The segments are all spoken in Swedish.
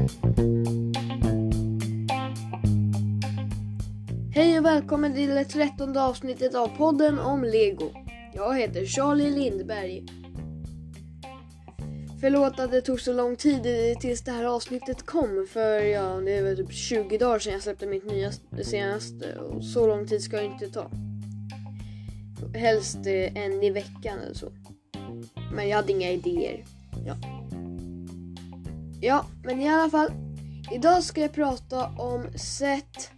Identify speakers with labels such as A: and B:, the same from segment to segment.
A: Hej och välkommen till det 13:e avsnittet av podden om Lego. Jag heter Charlie Lindberg. Förlåt att det tog så lång tid tills det här avsnittet kom. För det var typ 20 dagar sedan jag släppte mitt senaste. Och så lång tid ska det inte ta. Helst en i veckan eller så. Men jag hade inga idéer. Ja, men i alla fall. Idag ska jag prata om set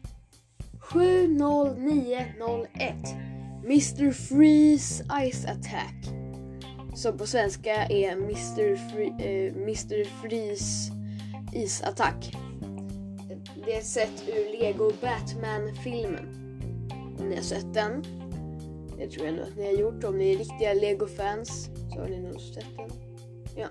A: 70901. Mr. Freeze Ice Attack. Som på svenska är Mr. Freeze isattack. Det är sett ur Lego Batman-filmen. Om ni har sett den. Det tror jag nog att ni har gjort. Om ni är riktiga Lego-fans så har ni nog sett den. Ja.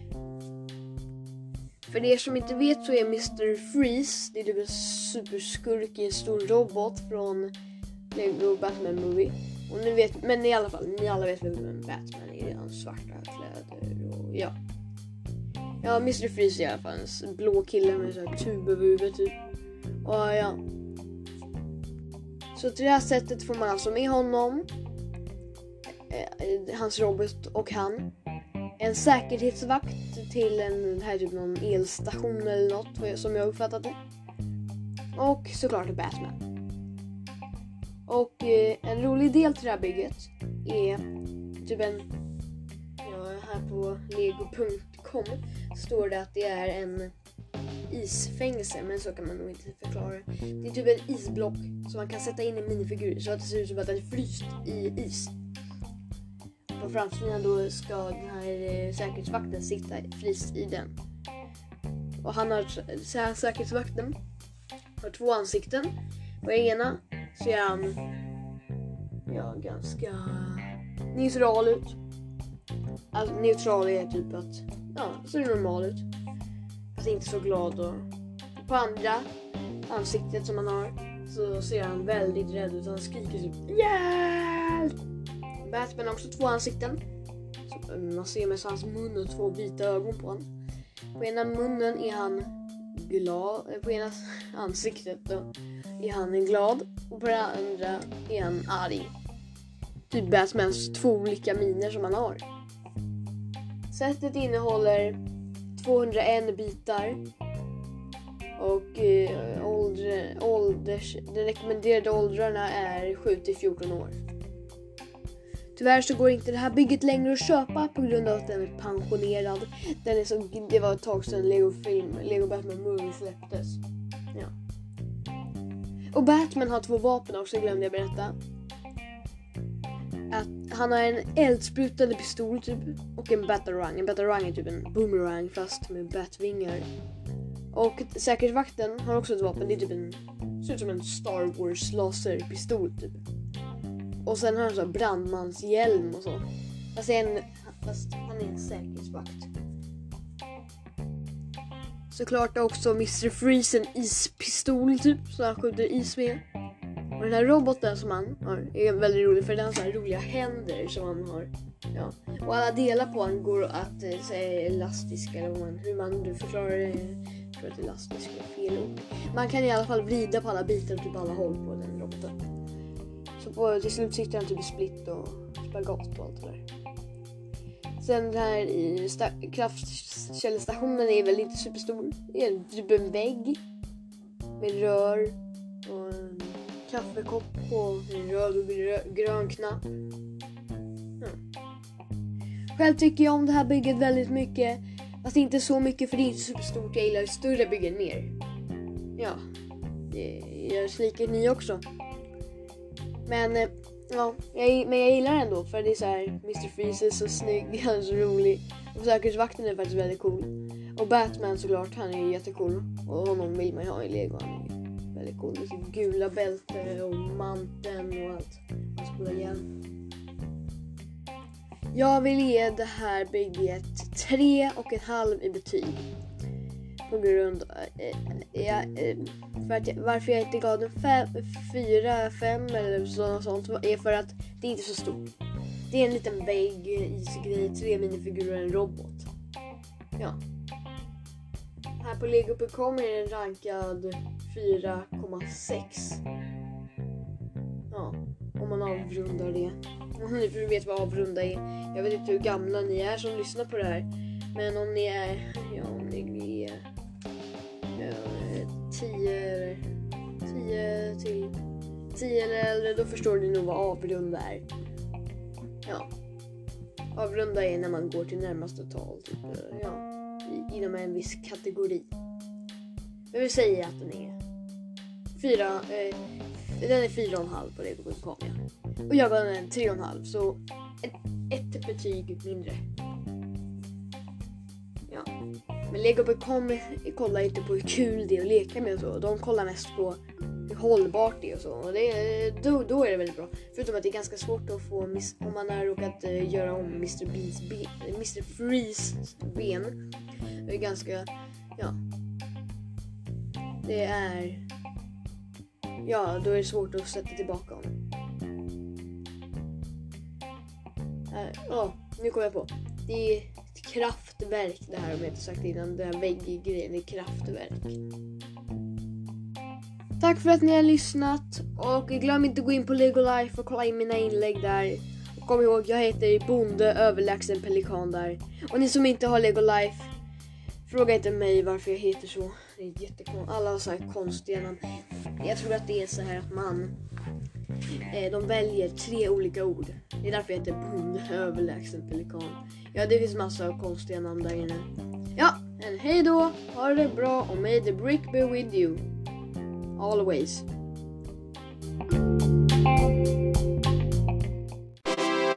A: För er som inte vet så är Mr. Freeze, det är typ en superskurk i en stor robot från Lego Batman Movie. Och ni vet, men i alla fall, ni alla vet vem Batman är, han svarta kläder och ja. Ja, Mr. Freeze är i alla fall en blå kille med så här tub över huvudet typ. Och ja. Så till det här sättet får man alltså med honom, hans robot och han. En säkerhetsvakt till en här typ någon elstation eller något som jag uppfattat det. Och såklart Batman. Och en rolig del till det här bygget är typ här på lego.com står det att det är en isfängelse, men så kan man nog inte förklara det. Det är typ en isblock som man kan sätta in i minifigur så att det ser ut som att den är fryst i is. På framsidan då ska den här säkerhetsvakten sitta fryst i den. Och han har säkerhetsvakten har två ansikten. På ena ser han ganska neutral ut. Alltså neutral är typ att ser normal ut. Fast inte så glad. Och på andra ansiktet som han har så ser han väldigt rädd ut. Han skriker typ hjälp! Batman har också två ansikten. Så man ser med hans mun och två vita ögon på honom. På ena munnen är han glad. På ena ansiktet då är han glad. Och på det andra är han arg. Typ Batmans två olika miner som han har. Sättet innehåller 201 bitar. Och de rekommenderade åldrarna är 7-14 år. Tyvärr så går inte det här bygget längre att köpa på grund av att den är pensionerad. Det var ett tag sedan Lego Batman Movie släpptes. Ja. Och Batman har två vapen också, glömde jag berätta. Att han har en eldsprutande pistol typ och en batarang. En batarang är typ en boomerang fast med batvingar. Och säkerhetsvakten har också ett vapen, det är typ ser ut som en Star Wars laserpistol typ. Och sen har han så brandmanshjälm och så. Fast han är en säkerhetsvakt. Såklart också Mr. Freeze en ispistol typ. Så han skjuter is med. Och den här roboten som han har är väldigt rolig. För den har så här roliga händer som han har. Ja. Och alla delar på han går att säga elastiska. Eller hur man förklarar det. Jag tror att elastisk är fel ord. Man kan i alla fall vrida på alla bitar och typ alla håll på den roboten. Så till slut sitter han typ i split och spagat och allt det där. Sen den här i kraftkällestationen är väl inte superstor. Det är typ en vägg med rör och en kaffekopp och en röd och grön knapp. Ja. Själv tycker jag om det här bygget väldigt mycket. Fast inte så mycket för det är inte superstort. Jag gillar större byggen mer. Ja, det gör sliket ni också. Men jag gillar den ändå för det är så här Mr. Freeze är så snygg, han är så rolig. Och säkerhetsvakten är faktiskt väldigt cool. Och Batman såklart, han är jättecool. Och honom vill man ju ha i Lego, han är väldigt cool med sin gula bälte och manteln och allt. Han spelar hjälm. Jag vill ge det här bygget 3,5 i betyg. På grund varför jag inte gav den 4, 5 eller sånt är för att det är inte så stort. Det är en liten vägg, isgrej, 3 minifigurer och en robot. Ja. här på Lego.com är den rankad 4,6. Ja, om man avrundar det. Om ni vet vad avrunda är. Jag vet inte hur gamla ni är som lyssnar på det här. Men om ni är, om ni är 10 eller äldre, då förstår ni nog vad avrunda är. Ja. Avrunda är när man går till närmaste tal. Typ, inom en viss kategori. Jag vill säga att den är 4,5 på Lego.com. Ja. Och jag gav den en 3,5. Så ett betyg mindre. Ja. Men Lego.com kollar inte på hur kul det är att leka med och så. De kollar mest på hur hållbart det är och så. Och då är det väldigt bra. Förutom att det är ganska svårt att få om man har råkat göra om Mr. Freeze ben. Det är ganska, det är, då är det svårt att sätta tillbaka honom. Nu kommer jag på. Det är ett kraftverk det här, om jag inte sagt innan. Den här vägggrejen är kraftverk. Tack för att ni har lyssnat. Och glöm inte att gå in på Lego Life och kolla in mina inlägg där. Och kom ihåg, jag heter Bonde Överlägsen Pelikan där. Och ni som inte har Lego Life, fråga inte mig varför jag heter så. Det är jättekonstigt. Alla har så här konstiga namn. Jag tror att det är så här att de väljer 3 olika ord. Det är därför jag heter Bonde Överlägsen Pelikan. Ja, det finns massa konstiga namn där inne. Ja, men hej då. Ha det bra och may the brick be with you. Always.